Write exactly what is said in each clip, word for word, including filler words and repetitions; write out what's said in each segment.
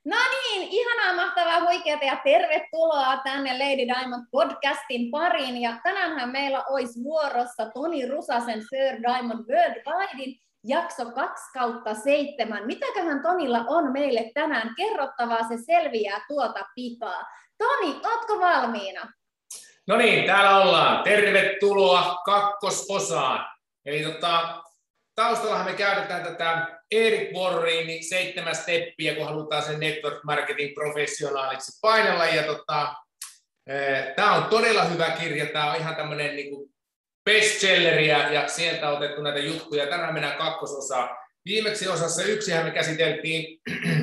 No niin, ihanaa, mahtavaa, huikeata ja tervetuloa tänne Lady Diamond podcastin pariin. Ja tänäänhän meillä olisi vuorossa Toni Rusasen Sir Diamond Worldwidein jakso kaksi kautta seitsemän. Mitäköhän Tonilla on meille tänään kerrottavaa, se selviää tuota pikaa. Toni, ootko valmiina? No niin, täällä ollaan. Tervetuloa kakkososaan. Eli tota, taustallahan me käytetään tätä Erik Worrenin seitsemän steppiä, kun halutaan sen network marketing professionaaliksi painella. Ja tota, tämä on todella hyvä kirja. Tämä on ihan tämmöinen niinku bestselleria ja sieltä on otettu näitä juttuja. Tänään mennään kakkososaan. Viimeksi osassa yksihän me käsiteltiin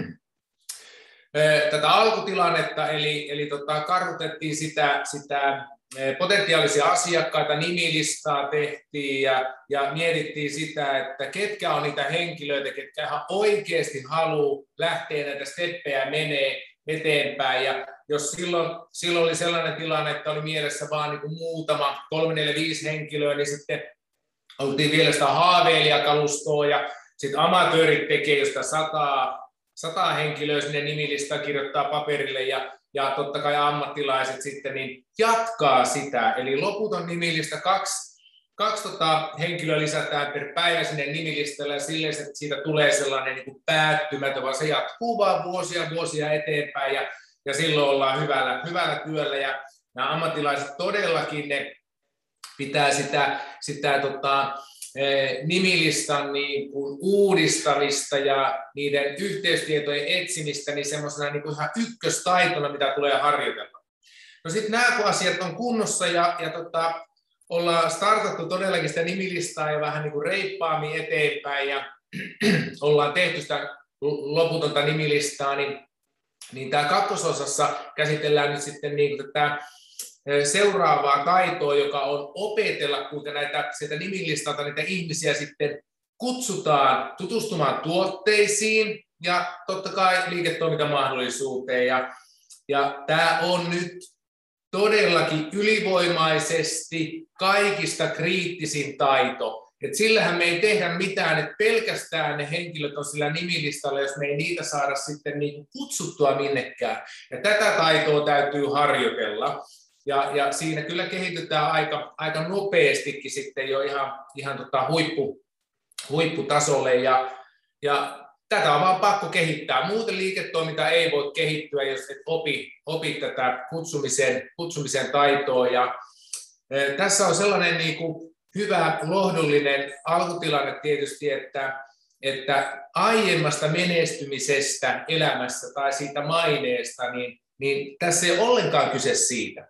tätä alkutilannetta, eli, eli tota, kartoitettiin sitä, sitä potentiaalisia asiakkaita, nimilistaa tehtiin ja, ja mietittiin sitä, että ketkä on niitä henkilöitä, ketkä ihan oikeasti haluaa lähteä näitä steppejä menee eteenpäin. Ja jos silloin, silloin oli sellainen tilanne, että oli mielessä vain niin kuin muutama, kolme, neljä, viisi henkilöä, niin sitten oltiin vielä sitä haaveelijakalustoa ja sitten amatöörit tekee jo sitä sataa, sataa henkilöä sinne nimilistaan kirjoittaa paperille ja Ja totta kai ammattilaiset sitten niin jatkaa sitä. Eli loputon nimilista, kaksi, kaksi tota, henkilöä lisätään per päivä sinne nimilistalle ja silleen, että siitä tulee sellainen niin kuin päättymätön, vaan se jatkuu vaan vuosia vuosia eteenpäin ja, ja silloin ollaan hyvällä, hyvällä työllä. Ja nämä ammattilaiset todellakin ne pitää sitä, sitä tota, nimilistan niin kuin uudistamista ja niiden yhteystietojen etsimistä niin semmoisena niin kuin ihan ykköstaitona, mitä tulee harjoitella. No sitten nämä kun asiat on kunnossa ja, ja tota, ollaan startattu todellakin sitä nimilistaa ja vähän niin kuin reippaammin eteenpäin ja ollaan tehty sitä loputonta nimilistaa, niin, niin tämä kakkososassa käsitellään nyt sitten niin kuin tätä seuraavaa taitoa, joka on opetella, kuinka näitä sieltä nimilistalta niitä ihmisiä sitten kutsutaan tutustumaan tuotteisiin ja totta kai liiketoimintamahdollisuuteen. Ja, ja tämä on nyt todellakin ylivoimaisesti kaikista kriittisin taito. Et sillähän me ei tehdä mitään, että pelkästään ne henkilöt on sillä nimilistalla, jos me ei niitä saada sitten niin kutsuttua minnekään. Ja tätä taitoa täytyy harjoitella. Ja, ja siinä kyllä kehitytään aika, aika nopeastikin sitten jo ihan, ihan tota huippu, huipputasolle. Ja, ja tätä on vaan pakko kehittää. Muuten liiketoiminta ei voi kehittyä, jos et opi, opi tätä kutsumisen, kutsumisen taitoa. Ja, e, tässä on sellainen niin kuin hyvä lohdullinen alkutilanne tietysti, että, että aiemmasta menestymisestä elämässä tai siitä maineesta, niin, niin tässä ei ole ollenkaan kyse siitä.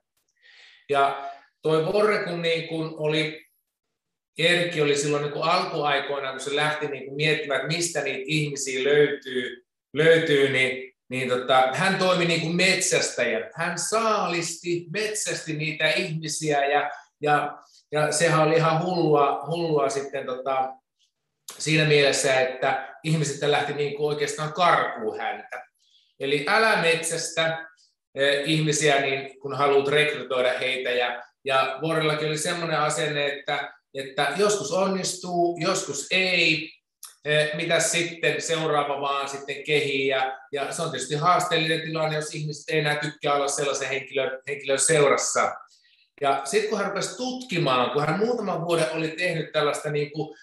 Ja toi Worre, kun, niin kun oli, Erkki oli silloin niin kun alkuaikoina, kun se lähti niin kun miettimään, että mistä niitä ihmisiä löytyy, löytyy niin, niin tota, hän toimi niin kuin metsästäjä. Hän saalisti, metsästi niitä ihmisiä ja, ja, ja sehän oli ihan hullua, hullua sitten tota, siinä mielessä, että ihmiset lähti niin kuin oikeastaan karkuun häntä. Eli älä metsästä ihmisiä, niin kun haluat rekrytoida heitä. Ja, ja Worrellakin oli semmoinen asenne, että, että joskus onnistuu, joskus ei. Mitä sitten seuraava vaan sitten kehii. Ja, ja se on tietysti haasteellinen tilanne, jos ihmiset ei enää tykkää olla sellaisen henkilön, henkilön seurassa. Ja sitten kun hän rupesi tutkimaan, kun hän muutaman vuoden oli tehnyt tällaista niin kuin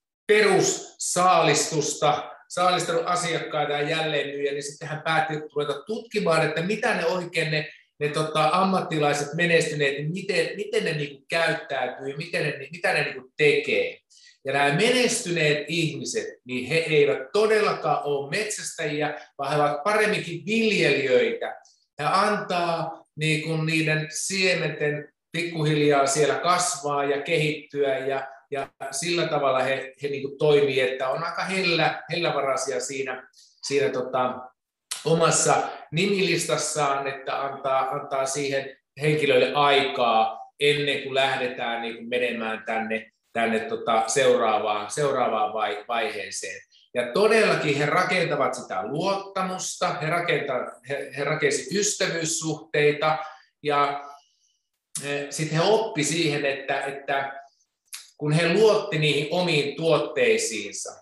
perussaalistusta, saalistanut asiakkaita ja jälleenmyyjä, niin sitten hän päätti ruveta tutkimaan, että mitä ne oikein ne, ne tota, ammattilaiset menestyneet, niin miten, miten ne niinku käyttäytyy, miten ne, mitä ne niinku tekee. Ja nämä menestyneet ihmiset, niin he eivät todellakaan ole metsästäjiä, vaan he ovat paremminkin viljelijöitä. He antaa niinku niiden siementen pikkuhiljaa siellä kasvaa ja kehittyä ja Ja sillä tavalla he, he niin kuin toimii, että on aika hellä, hellävaraisia siinä, siinä tota, omassa nimilistassaan, että antaa, antaa siihen henkilöille aikaa ennen kuin lähdetään niin kuin menemään tänne, tänne tota, seuraavaan, seuraavaan vai, vaiheeseen. Ja todellakin he rakentavat sitä luottamusta, he, he, he rakensivat ystävyyssuhteita ja sitten he oppi siihen, että, että kun he luotti niihin omiin tuotteisiinsa,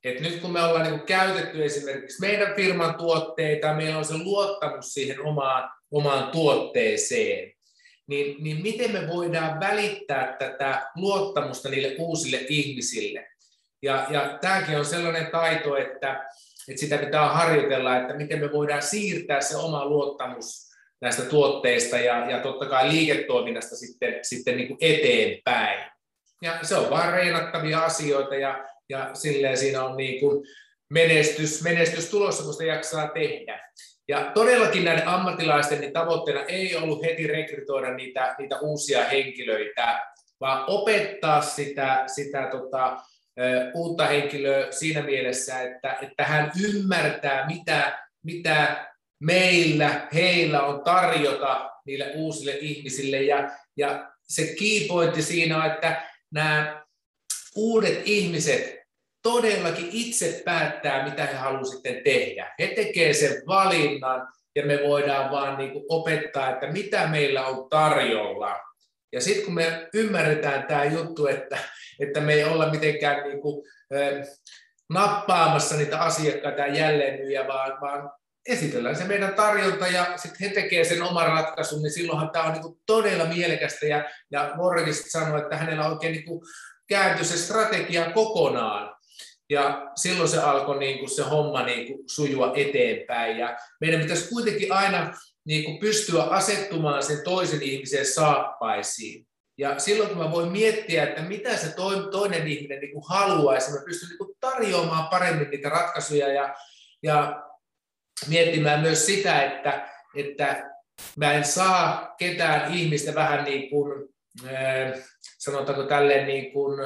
Et nyt kun me ollaan niin kuin käytetty esimerkiksi meidän firman tuotteita, meillä on se luottamus siihen omaan, omaan tuotteeseen, niin, niin miten me voidaan välittää tätä luottamusta niille uusille ihmisille? Ja, ja tämäkin on sellainen taito, että, että sitä pitää harjoitella, että miten me voidaan siirtää se oma luottamus näistä tuotteista ja, ja totta kai liiketoiminnasta sitten, sitten niin kuin eteenpäin. Ja se on vaan reenattavia asioita ja, ja silleen siinä on niin kuin menestys, menestys tulossa, kun sitä jaksaa tehdä. Ja todellakin näiden ammattilaisten niin tavoitteena ei ollut heti rekrytoida niitä, niitä uusia henkilöitä, vaan opettaa sitä, sitä tota, uutta henkilöä siinä mielessä, että, että hän ymmärtää, mitä, mitä meillä, heillä on tarjota niille uusille ihmisille. Ja, ja se key pointti siinä on, että nämä uudet ihmiset todellakin itse päättää, mitä he haluavat sitten tehdä. He tekevät sen valinnan ja me voidaan vaan niin kuin opettaa, että mitä meillä on tarjolla. Ja sitten kun me ymmärretään tämä juttu, että, että me ei olla mitenkään niin kuin, äh, nappaamassa niitä asiakkaita ja jälleenmyyjä, vaan, vaan esitellään se meidän tarjonta ja sitten he tekevät sen oman ratkaisun, niin silloinhan tämä on niin kuin todella mielekästä. Ja, ja Morgan sanoi, että hänellä oikein niin kuin kääntyi se strategia kokonaan. Ja silloin se alkoi niin kuin se homma niin kuin sujua eteenpäin. Ja meidän pitäisi kuitenkin aina niin kuin pystyä asettumaan sen toisen ihmisen saappaisiin. Ja silloin kun mä voin miettiä, että mitä se toinen ihminen niin kuin haluaisi, mä pystyn niin kuin tarjoamaan paremmin niitä ratkaisuja ja, ja miettimään myös sitä, että, että mä en saa ketään ihmistä vähän niin kuin, äh, sanotaanko tälleen niin kuin,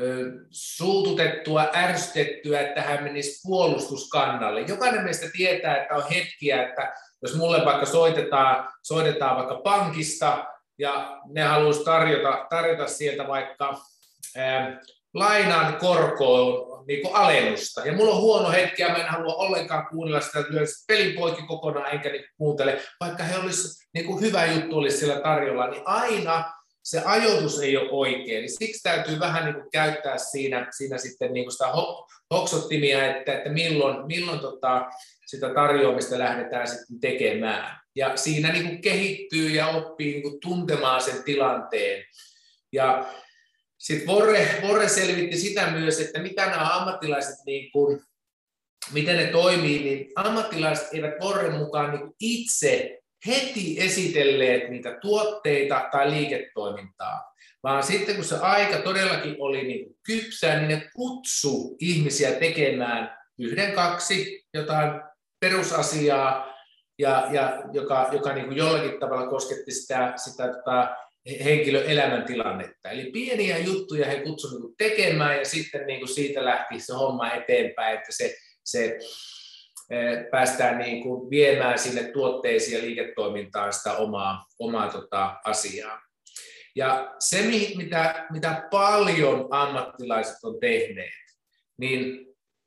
suututettua, ärsytettyä, että hän menisi puolustuskannalle. Jokainen meistä tietää, että on hetkiä, että jos mulle vaikka soitetaan, soitetaan vaikka pankista ja ne haluaisi tarjota, tarjota sieltä vaikka ää, lainan korkoon niin kuin alennusta. Ja mulla on huono hetki ja mä en halua ollenkaan kuunnella sitä, että lyön pelin poikki kokonaan enkä niin kuuntele. Vaikka he olisi, niin kuin hyvä juttu olisi siellä tarjolla, niin aina se ajoitus ei ole oikein, niin siksi täytyy vähän niin kuin käyttää siinä, siinä sitten niin kuin sitä hoksottimia, että, että milloin, milloin tota sitä tarjoamista lähdetään sitten tekemään. Ja siinä niin kuin kehittyy ja oppii niin kuin tuntemaan sen tilanteen. Ja sitten Vorre, Vorre selvitti sitä myös, että mitä nämä ammattilaiset, niin kuin, miten ne toimii, niin ammattilaiset eivät Vorren mukaan niin kuin itse heti esitelleet niitä tuotteita tai liiketoimintaa, vaan sitten kun se aika todellakin oli niin kuin kypsää, niin ne kutsu ihmisiä tekemään yhden, kaksi jotain perusasiaa, ja, ja joka, joka niin kuin jollakin tavalla kosketti sitä, sitä tota, henkilön elämäntilannetta. Eli pieniä juttuja he kutsuivat niin tekemään, ja sitten niin kuin siitä lähti se homma eteenpäin, että se, se päästään niin kuin viemään sinne tuotteisiin ja liiketoimintaan sitä omaa, omaa tota asiaa. Ja se, mitä, mitä paljon ammattilaiset on tehneet, niin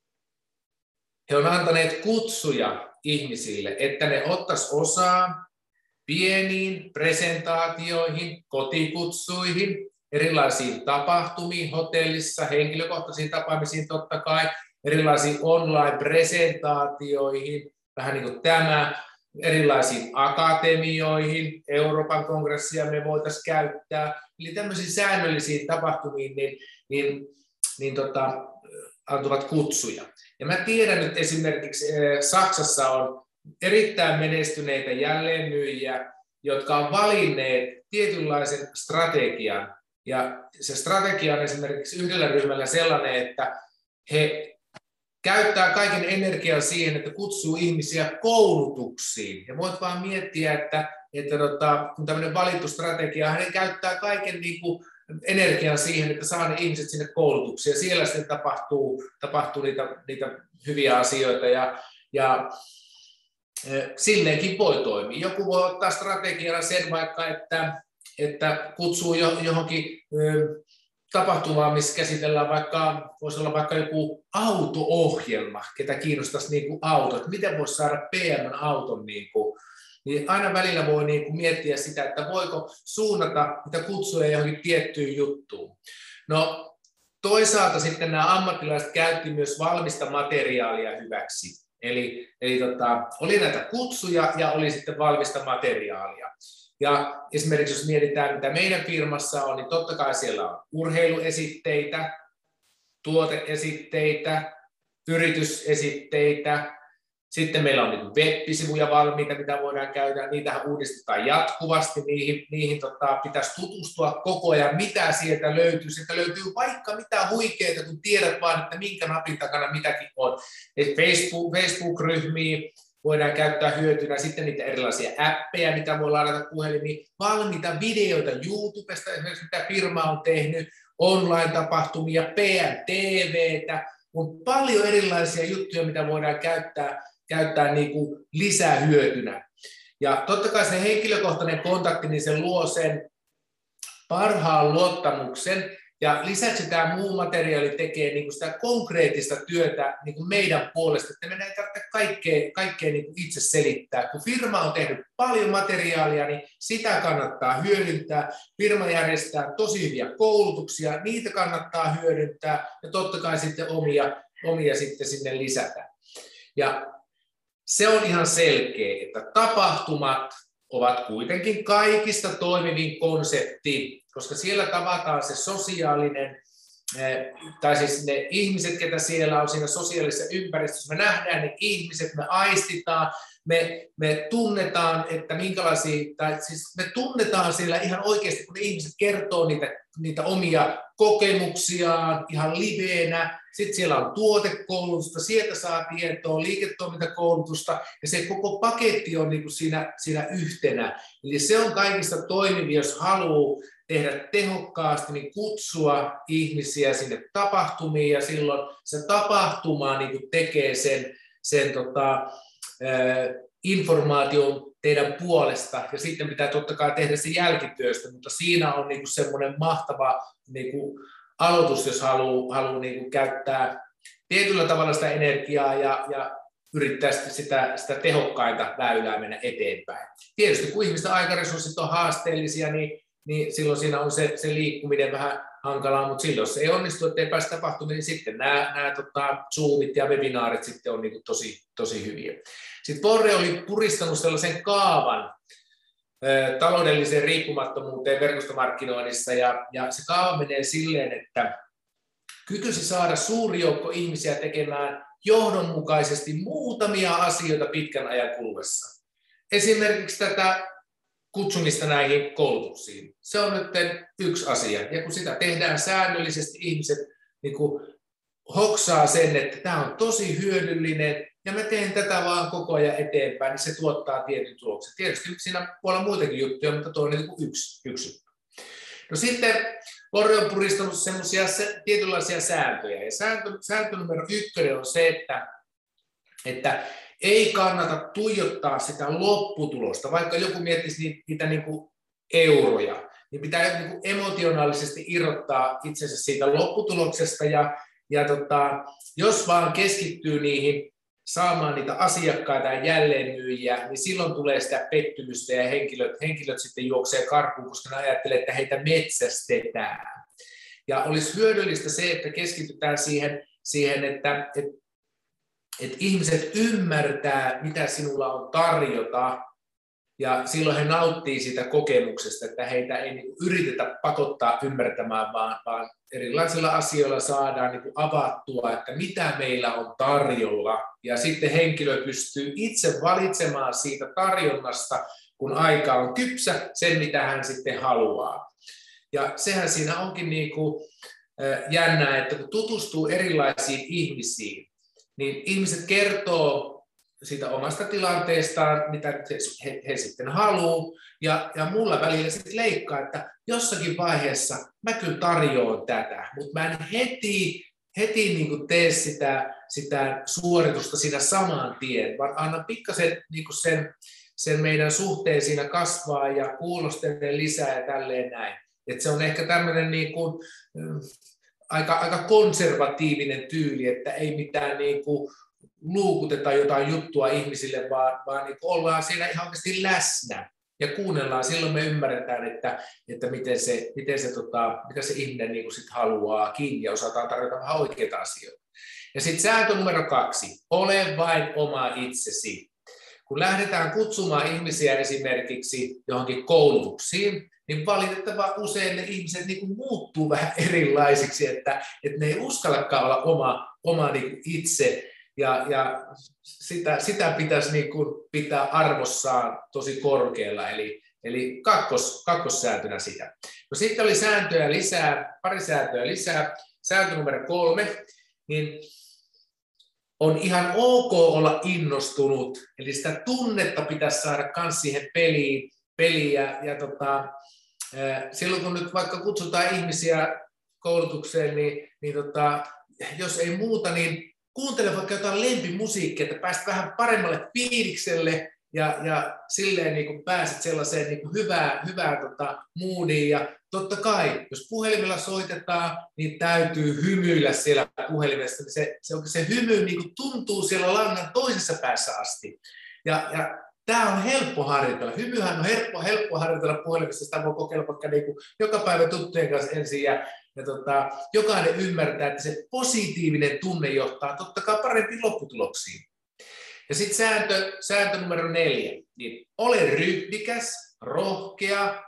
he on antaneet kutsuja ihmisille, että ne ottaisi osaa pieniin presentaatioihin, kotikutsuihin, erilaisiin tapahtumiin hotellissa, henkilökohtaisiin tapaamisiin totta kai, erilaisiin online-presentaatioihin, vähän niin kuin tämä, erilaisiin akatemioihin, Euroopan kongressia me voitaisiin käyttää, eli tämmöisiin säännöllisiin tapahtumiin niin, niin, niin tota, antuvat kutsuja. Ja mä tiedän nyt esimerkiksi Saksassa on erittäin menestyneitä jälleenmyyjiä, jotka on valinneet tietynlaisen strategian, ja se strategia on esimerkiksi yhdellä ryhmällä sellainen, että he käyttää kaiken energian siihen, että kutsuu ihmisiä koulutuksiin. Ja voit vaan miettiä, että, että tota, kun tämmöinen valittu strategia, hän käyttää kaiken niin kuin energian siihen, että saa ne ihmiset sinne koulutuksiin. Ja siellä sitten tapahtuu, tapahtuu niitä, niitä hyviä asioita. Ja, ja silleenkin voi toimia. Joku voi ottaa strategiana sen vaikka, että, että kutsuu johonkin tapahtumaan, missä käsitellään vaikka, voisi olla vaikka joku auto-ohjelma, ketä kiinnostaisi niin kuin auto, että miten voisi saada P M-auton, niin, kuin, niin aina välillä voi niin kuin miettiä sitä, että voiko suunnata niitä kutsuja johonkin tiettyyn juttuun. No, toisaalta sitten nämä ammattilaiset käytti myös valmista materiaalia hyväksi. Eli, eli tota, oli näitä kutsuja ja oli sitten valmista materiaalia. Ja esimerkiksi jos mietitään, mitä meidän firmassa on, niin totta kai siellä on urheiluesitteitä, tuoteesitteitä, yritysesitteitä. Sitten meillä on niin web-sivuja valmiita, mitä voidaan käydä. Niitähän uudistetaan jatkuvasti. Niihin, niihin tota, pitäisi tutustua koko ajan, mitä sieltä löytyy. Sieltä löytyy vaikka mitä huikeita, kun tiedät vaan, että minkä napin takana mitäkin on. Facebook, Facebook-ryhmiä voidaan käyttää hyötynä. Sitten niitä erilaisia appeja, mitä voi ladata puhelimiin. Valmiita videoita YouTubesta, esimerkiksi mitä firma on tehnyt. Online-tapahtumia, P M T V:tä. On paljon erilaisia juttuja, mitä voidaan käyttää, käyttää niin kuin lisähyötynä. Ja totta kai se henkilökohtainen kontakti, niin se luo sen parhaan luottamuksen. Ja lisäksi tämä muu materiaali tekee niin kuin sitä konkreettista työtä niin kuin meidän puolesta, että meidän ei tarvitse kaikkea, kaikkea niin kuin itse selittää. Kun firma on tehnyt paljon materiaalia, niin sitä kannattaa hyödyntää. Firma järjestää tosi hyviä koulutuksia, niitä kannattaa hyödyntää ja totta kai sitten omia, omia sitten sinne lisätä. Ja se on ihan selkeä, että tapahtumat ovat kuitenkin kaikista toimivin konsepti, koska siellä tavataan se sosiaalinen, tai siis ne ihmiset, ketä siellä on siinä sosiaalisessa ympäristössä, me nähdään ne ihmiset, me aistitaan, me, me tunnetaan, että minkälaisia, tai siis me tunnetaan siellä ihan oikeasti, kun ne ihmiset kertoo niitä, niitä omia kokemuksiaan ihan liveenä, sitten siellä on tuotekoulutusta, sieltä saa tietoa, liiketoimintakoulutusta, ja se koko paketti on niin kuin siinä, siinä yhtenä. Eli se on kaikista toimivin, jos haluaa tehdä tehokkaasti, niin kutsua ihmisiä sinne tapahtumiin, ja silloin se tapahtuma niin kuin tekee sen, sen tota, informaation teidän puolesta, ja sitten pitää totta kai tehdä se jälkityöstä, mutta siinä on niinku semmoinen mahtava niinku aloitus, jos haluaa haluu niinku käyttää tietyllä tavalla sitä energiaa ja, ja yrittää sitä, sitä tehokkainta väylää mennä eteenpäin. Tietysti kun ihmisten aikaresurssit on haasteellisia, niin, niin silloin siinä on se, se liikkuminen vähän hankalaa, mutta silloin jos ei onnistu, ettei pääse tapahtumaan, niin sitten nämä, nämä tota, Zoomit ja webinaarit sitten on niinku tosi, tosi hyviä. Sitten Vorre oli puristanut sellaisen kaavan ä, taloudelliseen riippumattomuuteen verkostomarkkinoinnissa, ja, ja se kaava menee silleen, että kykysi saada suuri joukko ihmisiä tekemään johdonmukaisesti muutamia asioita pitkän ajan kuluessa. Esimerkiksi tätä kutsumista näihin koulutuksiin. Se on nyt yksi asia, ja kun sitä tehdään säännöllisesti, ihmiset niin kuin hoksaa sen, että tämä on tosi hyödyllinen, ja mä teen tätä vaan koko ajan eteenpäin, niin se tuottaa tietyn tuloksen. Tietysti siinä voi olla muitakin juttuja, mutta tuo on niin kuin yksi, yksi juttu. No sitten Vorre on puristanut semmoisia tietynlaisia sääntöjä, ja sääntö, sääntö numero ykkönen on se, että, että ei kannata tuijottaa sitä lopputulosta, vaikka joku miettisi niitä, niitä niin kuin euroja, niin pitää niin kuin emotionaalisesti irrottaa itsensä siitä lopputuloksesta, ja, ja tota, jos vaan keskittyy niihin saamaan niitä asiakkaita ja jälleenmyyjiä, niin silloin tulee sitä pettymystä ja henkilöt, henkilöt sitten juoksee karkuun, koska ne ajattelee, että heitä metsästetään. Ja olisi hyödyllistä se, että keskitytään siihen, siihen että, että, että ihmiset ymmärtää, mitä sinulla on tarjota, ja silloin he nauttii siitä kokemuksesta, että heitä ei niin kuin yritetä pakottaa ymmärtämään, vaan, vaan erilaisilla asioilla saadaan niin kuin avattua, että mitä meillä on tarjolla. Ja sitten henkilö pystyy itse valitsemaan siitä tarjonnasta, kun aika on kypsä, sen mitä hän sitten haluaa. Ja sehän siinä onkin niin kuin jännää, että kun tutustuu erilaisiin ihmisiin, niin ihmiset kertoo siitä omasta tilanteestaan, mitä he, he sitten haluaa, ja, ja mulla välillä sitten leikkaa, että jossakin vaiheessa mä kyllä tarjoan tätä, mutta mä en heti, heti niin kuin tee sitä, sitä suoritusta siinä saman tien, vaan annan pikkasen niin kuin sen, sen meidän suhteen siinä kasvaa ja kuulostelen lisää ja tälleen näin. Et se on ehkä tämmöinen niin kuin, aika, aika konservatiivinen tyyli, että ei mitään niin kuin luukuteta jotain juttua ihmisille, vaan, vaan niin ollaan siinä ihan oikeasti läsnä. ja kuunnellaan, silloin me ymmärretään, että, että miten se, miten se, tota, mitä se ihminen niin kuin sit haluaa kiinni ja osataan tarjota vähän oikeita asioita. Ja sitten sääntö numero kaksi, ole vain oma itsesi. Kun lähdetään kutsumaan ihmisiä esimerkiksi johonkin koulutuksiin, niin valitettavan usein ne ihmiset niin kuin muuttuu vähän erilaisiksi, että, että ne ei uskallakaan olla oma, oma niin kuin itse, ja, ja sitä, sitä pitäisi niin kuin pitää arvossaan tosi korkealla, eli, eli kakkos, kakkossääntönä sitä. No sitten oli sääntöjä lisää, pari sääntöä lisää. Sääntö numero kolme, niin on ihan ok olla innostunut, eli sitä tunnetta pitäisi saada myös siihen peliin, peliin ja, ja tota, silloin kun nyt vaikka kutsutaan ihmisiä koulutukseen, niin, niin tota, jos ei muuta, niin kuuntele vaikka jotain lempimusiikkia, että pääset vähän paremmalle fiilikselle ja, ja silleen niin kuin pääset sellaiseen niin kuin hyvään, hyvään tota, moodiin. Ja totta kai, jos puhelimella soitetaan, niin täytyy hymyillä siellä puhelimessa. Se, se, se hymy niin kuin tuntuu siellä langan toisessa päässä asti. Ja, ja tämä on helppo harjoitella. Hymyhän on helppo, helppo harjoitella puhelimessa. Sitä voi kokeilla vaikka niin kuin joka päivä tuttujen kanssa ensin. Ja, ja tota, jokainen ymmärtää, että se positiivinen tunne johtaa totta kai parempiin lopputuloksiin. Ja sitten sääntö, sääntö numero neljä. Niin ole ryhdikäs, rohkea,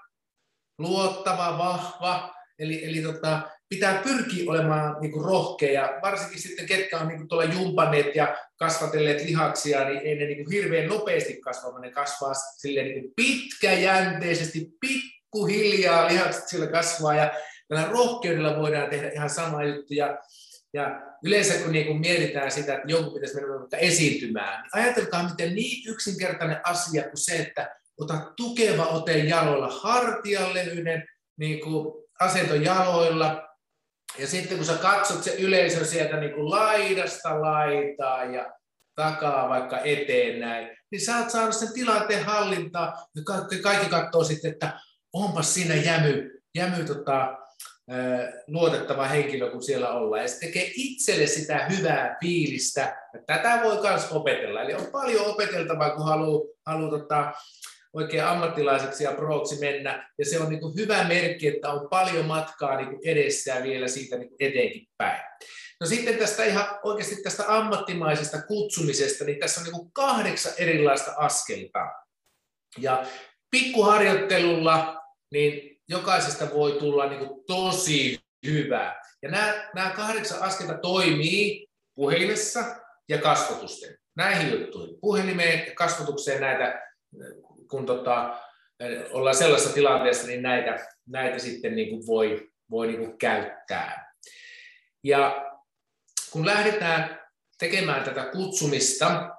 luottava, vahva. Eli, eli tota, pitää pyrkiä olemaan niinku rohkea. Ja varsinkin sitten, ketkä on niinku tuolla jumpanneet ja kasvatelleet lihaksia, niin ei ne niinku hirveän nopeasti kasva, vaan ne kasvaa silleen niinku pitkäjänteisesti, pikkuhiljaa lihakset siellä kasvaa. Ja tällä rohkeudella voidaan tehdä ihan sama juttu. Ja, ja yleensä kun niinku mietitään sitä, että jonkun pitäisi mennä esiintymään, niin ajatelkaa, miten niin yksinkertainen asia kuin se, että ota tukeva ote jaloilla, hartialevyinen niinku asento jaloilla. Ja sitten kun sä katsot se yleisö sieltä niinku laidasta laitaa ja takaa vaikka eteen näin, niin sä oot saanut sen tilanteen hallintaa. Ja kaikki, kaikki katsoo sitten, että onpas siinä jämy, jämy tota, luotettava henkilö, kun siellä ollaan. Ja se tekee itselle sitä hyvää fiilistä. Tätä voi myös opetella. Eli on paljon opeteltavaa, kun haluaa, haluaa tota, oikein ammattilaiseksi ja proksi mennä. Ja se on niin kuin hyvä merkki, että on paljon matkaa niin kuin edessä ja vielä siitä niin kuin eteenkin päin. No sitten tästä ihan oikeasti tästä ammattimaisesta kutsumisesta, niin tässä on niin kuin kahdeksan erilaista askelta. Ja pikkuharjoittelulla niin jokaisesta voi tulla niin kuin tosi hyvä. Ja nämä, nämä kahdeksan askelta toimii puhelimessa ja kasvotusten. Näihin juttuihin. Puhelimeen ja kasvotukseen näitä, kun tota, ollaan sellaisessa tilanteessa, niin näitä, näitä sitten niin kuin voi, voi niin kuin käyttää. Ja kun lähdetään tekemään tätä kutsumista,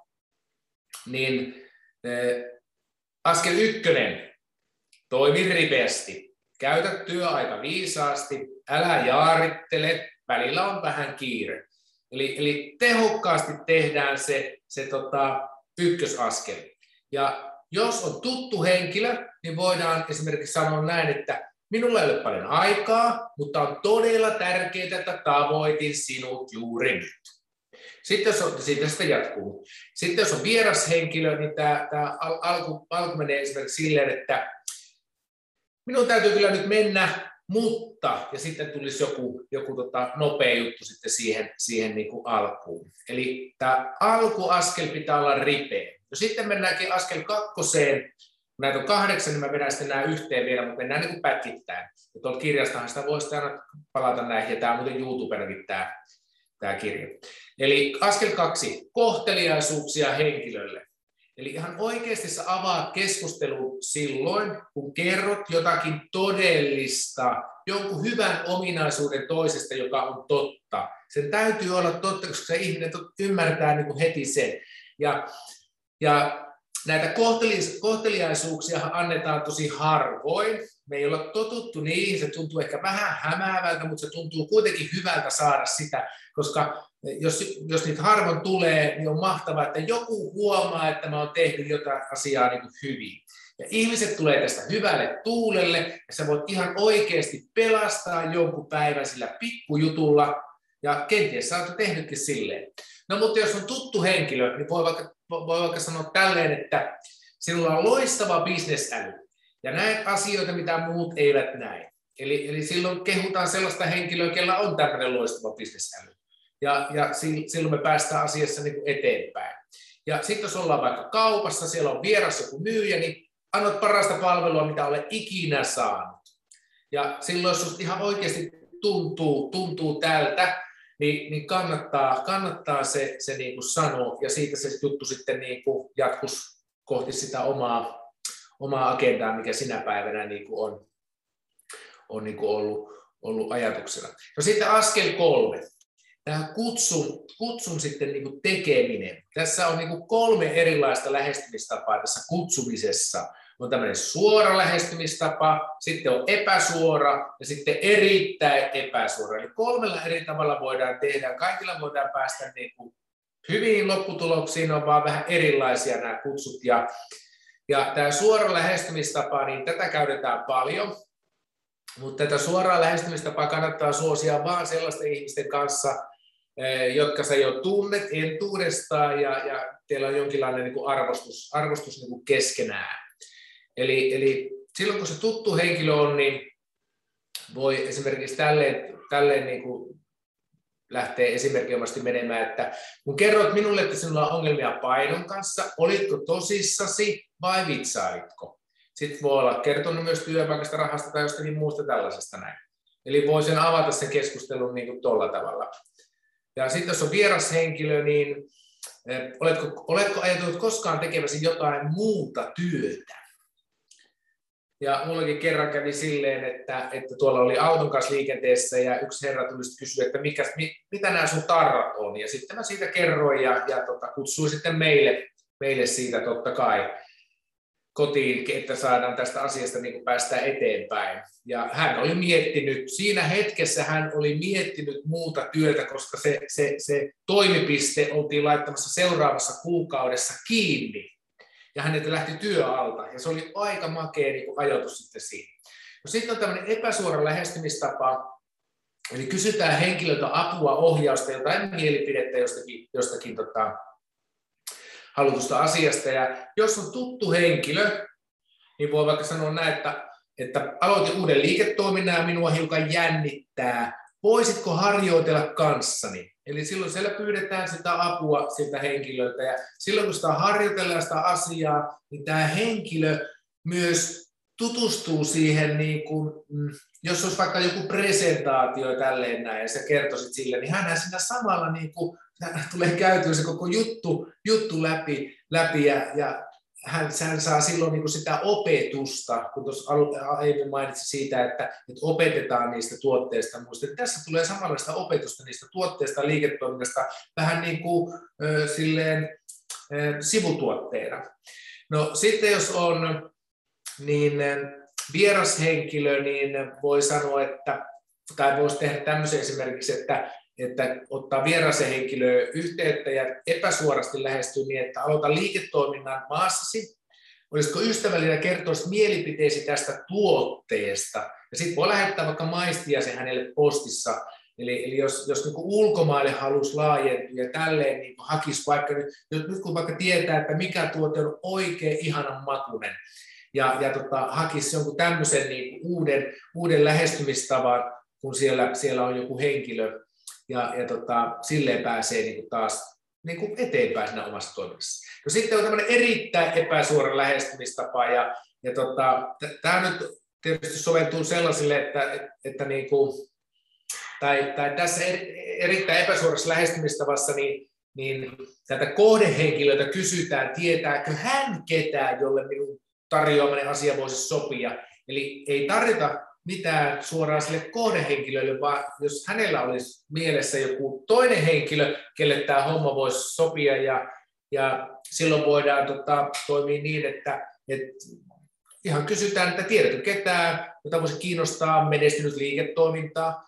niin eh, askel ykkönen, toimi ripeästi. Käytä työaika viisaasti, älä jaarittele, välillä on vähän kiire. Eli, eli tehokkaasti tehdään se, se tota, ykkösaskel. Ja jos on tuttu henkilö, niin voidaan esimerkiksi sanoa näin, että minulla ei ole paljon aikaa, mutta on todella tärkeää, että tavoitin sinut juuri nyt. Sitten jos on, siitä sitä jatkuu. Sitten jos on vieras henkilö, niin tämä, tämä alku, alku menee esimerkiksi silleen, että minun täytyy kyllä nyt mennä, mutta, ja sitten tulisi joku, joku tota, nopea juttu sitten siihen, siihen niin kuin alkuun. Eli tämä alkuaskel pitää olla ripeä. No sitten mennäänkin askel kakkoseen. Kun näitä on kahdeksan, niin mä vedän sitten nämä yhteen vielä, mutta mennään niin kuin pätkittäin. Ja tuolla kirjastahan sitä voisi aina palata näihin, ja tämä on muuten YouTubellakin tämä, tämä kirja. Eli askel kaksi, kohteliaisuuksia henkilölle. Eli ihan oikeasti sä avaat keskustelun silloin, kun kerrot jotakin todellista, jonkun hyvän ominaisuuden toisesta, joka on totta. Sen täytyy olla totta, koska se ihminen ymmärtää niin kuin heti sen. Ja, ja näitä kohteliaisuuksia annetaan tosi harvoin. Me ei olla totuttu niihin, se tuntuu ehkä vähän hämäävältä, mutta se tuntuu kuitenkin hyvältä saada sitä, koska jos, jos niitä harvoin tulee, niin on mahtavaa, että joku huomaa, että mä oon tehnyt jotain asiaa niin kuin hyvin. Ja ihmiset tulee tästä hyvälle tuulelle, ja sä voit ihan oikeasti pelastaa jonkun päivän sillä pikkujutulla, ja kenties sä oot tehnytkin silleen. No mutta jos on tuttu henkilö, niin voi vaikka, voi vaikka sanoa tälleen, että sinulla on loistava bisnesäly. ja näet asioita, mitä muut eivät näe. Eli, eli silloin kehutaan sellaista henkilöä, kellä on tämmöinen loistava bisnesäly. Ja, ja silloin me päästään asiassa niin kuin eteenpäin. Ja sitten jos ollaan vaikka kaupassa, siellä on vieras joku myyjä, niin annat parasta palvelua, mitä olet ikinä saanut. Ja silloin, jos ihan oikeasti tuntuu, tuntuu tältä, niin, niin kannattaa, kannattaa se, se niin kuin sanoa, ja siitä se juttu sitten niin kuin jatkus kohti sitä omaa, omaa agendaa, mikä sinä päivänä niin kuin on, on niin kuin ollut, ollut ajatuksena. No sitten askel kolme. Tämä kutsun, kutsun sitten niin kuin tekeminen. Tässä on niin kuin kolme erilaista lähestymistapaa tässä kutsumisessa. On tämmöinen suora lähestymistapa, sitten on epäsuora ja sitten erittäin epäsuora. Eli kolmella eri tavalla voidaan tehdä. Kaikilla voidaan päästä niin kuin hyviin lopputuloksiin, on vaan vähän erilaisia nämä kutsut. Ja, ja tämä suora lähestymistapa, niin tätä käytetään paljon. Mutta tätä suoraa lähestymistapaa kannattaa suosia vaan sellaisten ihmisten kanssa, jotka sä jo tunnet entuudestaan ja, ja teillä on jonkinlainen niin kuin arvostus, arvostus niin kuin keskenään. Eli, eli silloin kun se tuttu henkilö on, niin voi esimerkiksi tälleen, tälleen niin kuin lähteä esimerkinomaisesti menemään, että kun kerroit minulle, että sinulla on ongelmia painon kanssa, olitko tosissasi vai vitsailitko? Sitten voi olla kertonut myös työpaikasta, rahasta tai jostakin muusta tällaisesta näin. Eli voi sen avata sen keskustelun niin kuin tuolla tavalla. Ja sitten jos on vieras henkilö, niin oletko, oletko ajatellut koskaan tekemäsi jotain muuta työtä? Ja mullakin kerran kävi silleen, että, että tuolla oli auton kanssa liikenteessä ja yksi herra tuli kysyä, että mikä, mitä nämä sun tarrat on. Ja sitten mä siitä kerroin ja, ja tota, kutsuin sitten meille, meille siitä totta kai kotiin, että saadaan tästä asiasta niin kuin päästään eteenpäin. Ja hän oli miettinyt, siinä hetkessä hän oli miettinyt muuta työtä, koska se, se, se toimipiste oltiin laittamassa seuraavassa kuukaudessa kiinni. Ja häneltä lähti työalta, ja se oli aika makea niin kuin ajoitus sitten siinä. No, sitten on tämmöinen epäsuora lähestymistapa, eli kysytään henkilöltä apua, ohjausta, jotain mielipidettä jostakin, jostakin tota, halutusta asiasta. Ja jos on tuttu henkilö, niin voi vaikka sanoa näin, että, että aloitin uuden liiketoiminnan ja minua hiukan jännittää. Voisitko harjoitella kanssani? Eli silloin siellä pyydetään sitä apua siltä henkilöltä. Ja silloin kun sitä harjoitellaan sitä asiaa, niin tämä henkilö myös tutustuu siihen, niin kuin, jos olisi vaikka joku presentaatio tälleen näin, ja sä kertoisit sille, niin hänhän siinä samalla niin kuin, tulee käytyä se koko juttu, juttu läpi, läpi ja, ja hän, hän saa silloin niin kuin sitä opetusta, kun tuossa aiemmin mainitsin siitä, että, että opetetaan niistä tuotteista. Muista, että tässä tulee samanlaista opetusta niistä tuotteista, liiketoiminnasta, vähän niin kuin äh, silleen, äh, sivutuotteena. No sitten jos on niin äh, vieras henkilö, niin voi sanoa, että, tai voisi tehdä tämmöisen esimerkiksi, että että ottaa vieraaseen henkilöön yhteyttä ja epäsuorasti lähestyy niin, että aloita liiketoiminnan maassasi. Olisiko ystävällinen kertoa mielipiteesi tästä tuotteesta? Ja sitten voi lähettää vaikka maistia se hänelle postissa. Eli, eli jos, jos niin kuin ulkomaille halusi laajentua ja tälleen niin kuin hakisi vaikka, nyt, nyt kun vaikka tietää, että mikä tuote on oikein ihanan makuinen, ja, ja tota, hakisi jonkun tämmöisen niin kuin uuden, uuden lähestymistavan, kun siellä, siellä on joku henkilö, ja, ja tota, silleen pääsee niin kuin taas niin kuin eteenpäin siinä omassa toiminnassa. No, sitten on tämmöinen erittäin epäsuora lähestymistapa, ja, ja tota, tämä nyt tietysti soveltuu sellaisille, että, että, että niin kuin, tai, tai tässä erittäin epäsuorassa lähestymistavassa, niin, niin tätä kohdehenkilöitä kysytään, tietääkö hän ketään, jolle minun tarjoaminen asia voisi sopia. Eli ei tarjota mitään suoraan sille kohdehenkilölle, vaan jos hänellä olisi mielessä joku toinen henkilö, kelle tämä homma voisi sopia, ja, ja silloin voidaan tota, toimia niin, että, että ihan kysytään, että tiedätkö ketään, jota voisi kiinnostaa menestynyt liiketoimintaa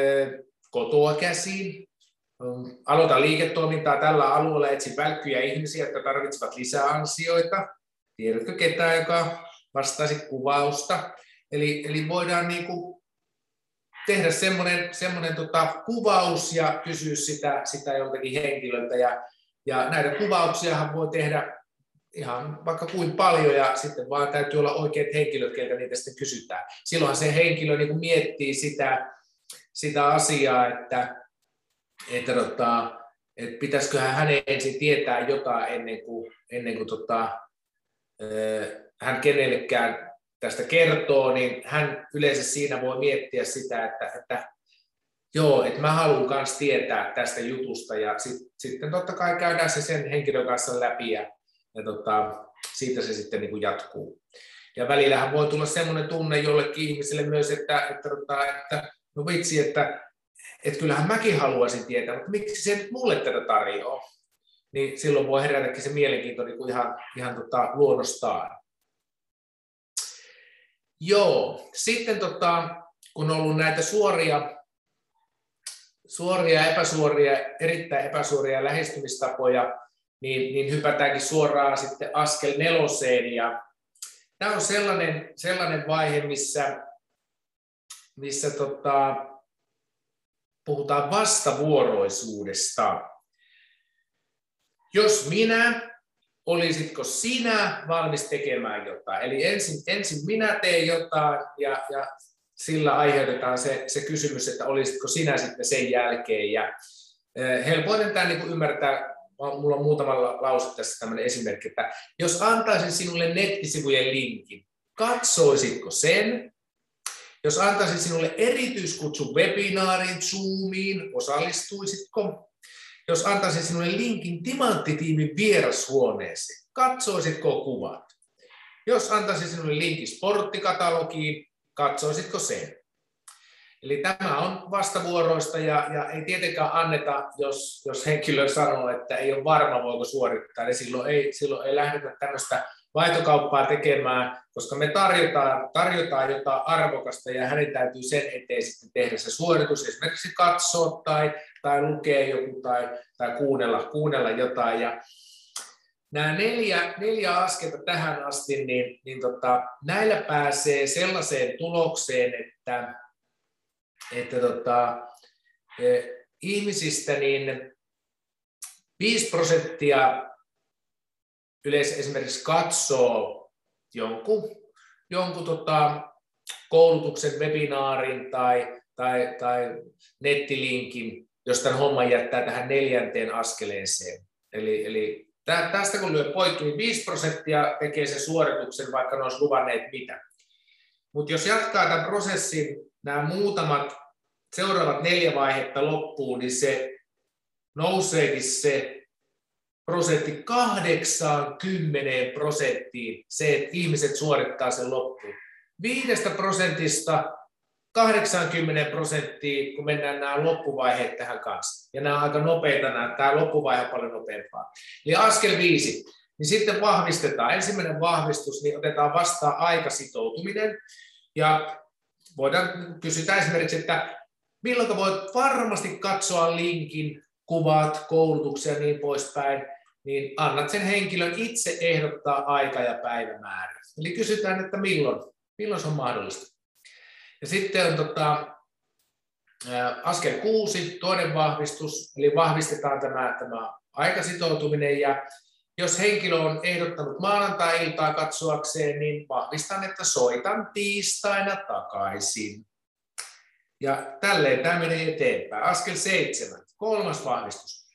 kotoa käsiin. Aloita liiketoimintaa tällä alueella, etsi välkkyjä ihmisiä, jotka tarvitsevat lisää ansioita. Tiedätkö ketään, joka vastaisi kuvausta? Eli, eli voidaan niin kuin tehdä semmoinen, semmoinen tota kuvaus ja kysyä sitä, sitä joltakin henkilöltä. Ja, ja näitä kuvauksiahan voi tehdä ihan vaikka kuin paljon, ja sitten vaan täytyy olla oikeat henkilöt, keiltä niitä sitten kysytään. Silloinhan se henkilö niin kuin miettii sitä, sitä asiaa, että, että, tota, että pitäisiköhän hänen ensin tietää jotain ennen kuin, ennen kuin tota, hän kenellekään tästä kertoo, niin hän yleensä siinä voi miettiä sitä, että, että joo, että mä haluan myös tietää tästä jutusta, ja sit, sitten totta kai käydään se sen henkilön kanssa läpi, ja, ja tota, siitä se sitten niin kuin jatkuu. Ja välillähän voi tulla semmoinen tunne jollekin ihmiselle myös, että, että, että, että no vitsi, että, että kyllähän mäkin haluaisin tietää, mutta miksi se nyt mulle tätä tarjoaa? Niin silloin voi herätäkin se mielenkiinto niin kuin ihan, ihan tota, luonnostaan. Joo, sitten tota, kun on ollut näitä suoria, suoria epäsuoria, erittäin epäsuoria lähestymistapoja, niin, niin hypätäänkin suoraan sitten askel neloseen. Ja tämä on sellainen, sellainen vaihe, missä, missä tota, puhutaan vastavuoroisuudesta. Jos minä, olisitko sinä valmis tekemään jotain? Eli ensin, ensin minä teen jotain, ja, ja sillä aiheutetaan se, se kysymys, että olisitko sinä sitten sen jälkeen. Ja, eh, helpoiten tämä niin kuin ymmärtää, minulla on muutama lause tässä tämmöinen esimerkki, että jos antaisin sinulle nettisivujen linkin, katsoisitko sen? Jos antaisin sinulle erityiskutsun webinaariin, Zoomiin, osallistuisitko? Jos antaisin sinulle linkin Timanttitiimin vierashuoneeseen, katsoisitko kuvat? Jos antaisin sinulle linkin sporttikatalogiin, katsoisitko sen? Eli tämä on vastavuoroista, ja, ja ei tietenkään anneta, jos, jos henkilö sanoo, että ei ole varma, voiko suorittaa, niin silloin ei, silloin ei lähdetä tämmöistä vaihtokauppaa tekemään, koska me tarjotaan, tarjotaan jotain arvokasta, ja hänen täytyy sen eteen sitten tehdä se suoritus, esimerkiksi katsoa tai, tai lukea joku tai, tai kuunnella, kuunnella jotain. Ja nämä neljä, neljä askelta tähän asti, niin, niin tota, näillä pääsee sellaiseen tulokseen, että, että tota, eh, ihmisistä niin viisi prosenttia yleensä esimerkiksi katsoo jonkun, jonkun tota, koulutuksen, webinaarin tai, tai, tai nettilinkin, jos tämän homman jättää tähän neljänteen askeleeseen. Eli, eli tästä kun lyö poikki, niin viisi prosenttia tekee sen suorituksen, vaikka ne olisi luvanneet mitä. Mutta jos jatkaa tämän prosessin, nämä muutamat seuraavat neljä vaihetta loppuun, niin se nouseekin se prosentti kahdeksaankymmeneen prosenttiin se, että ihmiset suorittaa sen loppuun. Viidestä prosentista kahdeksaankymmeneen prosenttiin, kun mennään nämä loppuvaiheet tähän kanssa. Ja nämä on aika nopeita, nämä, tämä loppuvaihe on paljon nopeampaa. Eli askel viisi, niin sitten vahvistetaan. Ensimmäinen vahvistus, niin otetaan vastaan aikasitoutuminen. Ja voidaan kysyä esimerkiksi, että milloin voit varmasti katsoa linkin, kuvat, koulutuksia ja niin poispäin, niin annat sen henkilön itse ehdottaa aika- ja päivämäärä. Eli kysytään, että milloin, milloin se on mahdollista. Ja sitten on tota, ää, askel kuusi, toinen vahvistus, eli vahvistetaan tämä, tämä aikasitoutuminen, ja jos henkilö on ehdottanut maanantai-iltaa katsoakseen, niin vahvistan, että soitan tiistaina takaisin. Ja tälleen tämä menee eteenpäin. Askel seitsemän, kolmas vahvistus.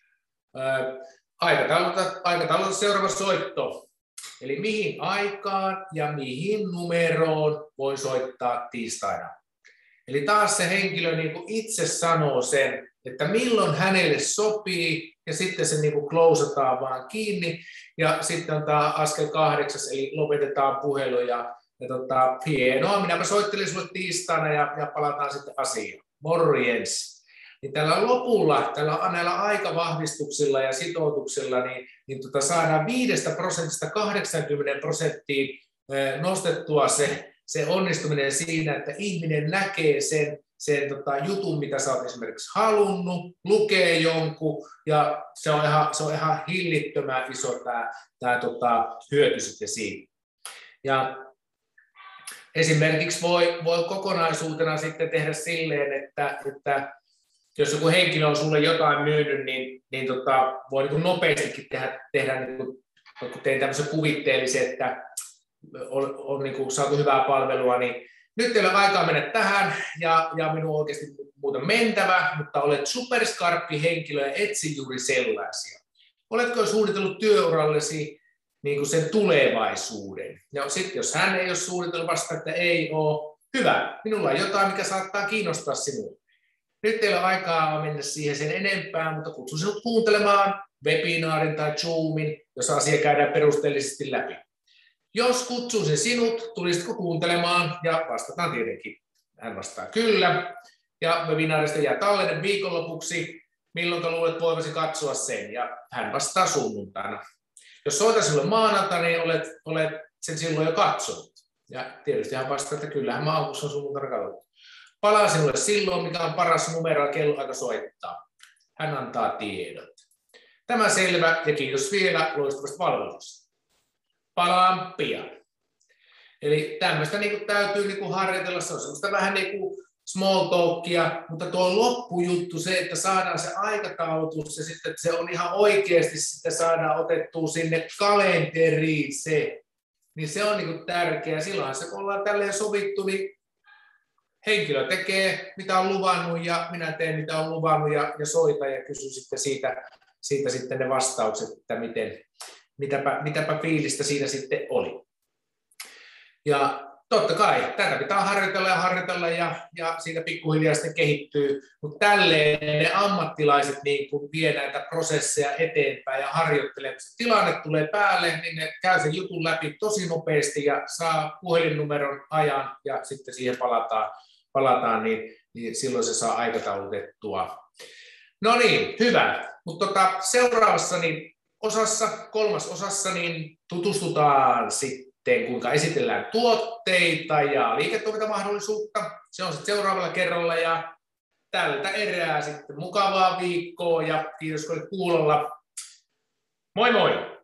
Aikatauluta, aikatauluta seuraava soitto. Eli mihin aikaan ja mihin numeroon voi soittaa tiistaina. Eli taas se henkilö niin kuin itse sanoo sen, että milloin hänelle sopii, ja sitten se niin kuin closeataan vaan kiinni. Ja sitten on tämä askel kahdeksas, eli lopetetaan puhelu. Ja, ja tota, hienoa, minäpä soittelin sinulle tiistaina ja, ja palataan sitten asiaan. Morjens. Niin tällä lopulla, tällä, näillä aikavahvistuksilla ja sitoutuksilla, niin, niin tota saadaan viidestä prosentista kahdeksankymmeneen prosenttiin nostettua se, se onnistuminen siinä, että ihminen näkee sen, sen tota, jutun, mitä sä oot esimerkiksi halunnut, lukee jonkun, ja se on ihan, se on ihan hillittömän iso tämä, tämä tota, hyöty sitten siitä. Ja esimerkiksi voi, voi kokonaisuutena sitten tehdä silleen, että, että jos joku henkilö on sulle jotain myynyt, niin, niin tota, voi niin kuin nopeastikin tehdä, tehdä niin kuin kun tein tämmöisen kuvitteellisen, että on, on niin kuin saatu hyvää palvelua, niin nyt ei ole aikaa mennä tähän, ja, ja minun on oikeasti muuten mentävä, mutta olet superskarppi henkilö ja etsi juuri sellaisia. Oletko suunnitellut työurallesi niin kuin sen tulevaisuuden? Ja sitten jos hän ei ole suunnitellut vasta, että ei ole, hyvä, minulla on jotain, mikä saattaa kiinnostaa sinua. Nyt ei ole aikaa mennä siihen sen enempää, mutta kutsun sinut kuuntelemaan webinaarin tai Zoomin, jossa asia käydään perusteellisesti läpi. Jos kutsuisin sinut, tulisitko kuuntelemaan? Ja vastataan tietenkin. Hän vastaa kyllä. Ja webinaarista jää tallenne viikonlopuksi, milloin luulet voivasi katsoa sen. Ja hän vastaa sunnuntaina. Jos soitan sinulle maanantaina, niin olet, olet sen silloin jo katsonut. Ja tietysti hän vastaa, että kyllähän mä aamussa on sunnuntaina katsottu. Palaa sinulle silloin, mikä on paras numero ja kelloaika soittaa. Hän antaa tiedot. Tämä selvä ja kiitos vielä loistavasta palvelusta. Palaan pian. Eli tämmöistä niin kuin täytyy niin kuin harjoitella. Se on semmoista vähän niin kuin small talkia, mutta tuo loppujuttu, se, että saadaan se aikataulutus ja sitten että se on ihan oikeasti sitten saadaan otettua sinne kalenteriin se, niin se on niin kuin tärkeää. Silloinhan se, kun ollaan tälleen sovittu, niin henkilö tekee, mitä on luvannut, ja minä teen, mitä on luvannut, ja, ja soitan ja kysyn sitten siitä, siitä sitten ne vastaukset, että miten, mitäpä, mitäpä fiilistä siinä sitten oli. Ja totta kai, tätä pitää harjoitella ja harjoitella, ja, ja siitä pikkuhiljaa sitten kehittyy, mutta tälleen ne ammattilaiset niin kun vie näitä prosesseja eteenpäin ja harjoittelee. Kun se tilanne tulee päälle, niin ne käy sen jutun läpi tosi nopeasti ja saa puhelinnumeron ajan, ja sitten siihen palataan, palataan niin, niin silloin se saa aikataulutettua. No niin, hyvä. Mutta tota, seuraavassa niin osassa, kolmas osassa, niin tutustutaan sitten, kuinka esitellään tuotteita ja liiketoimintamahdollisuutta. Se on sitten seuraavalla kerralla, ja tältä erää sitten mukavaa viikkoa ja kiitos kun olet kuulolla. Moi moi!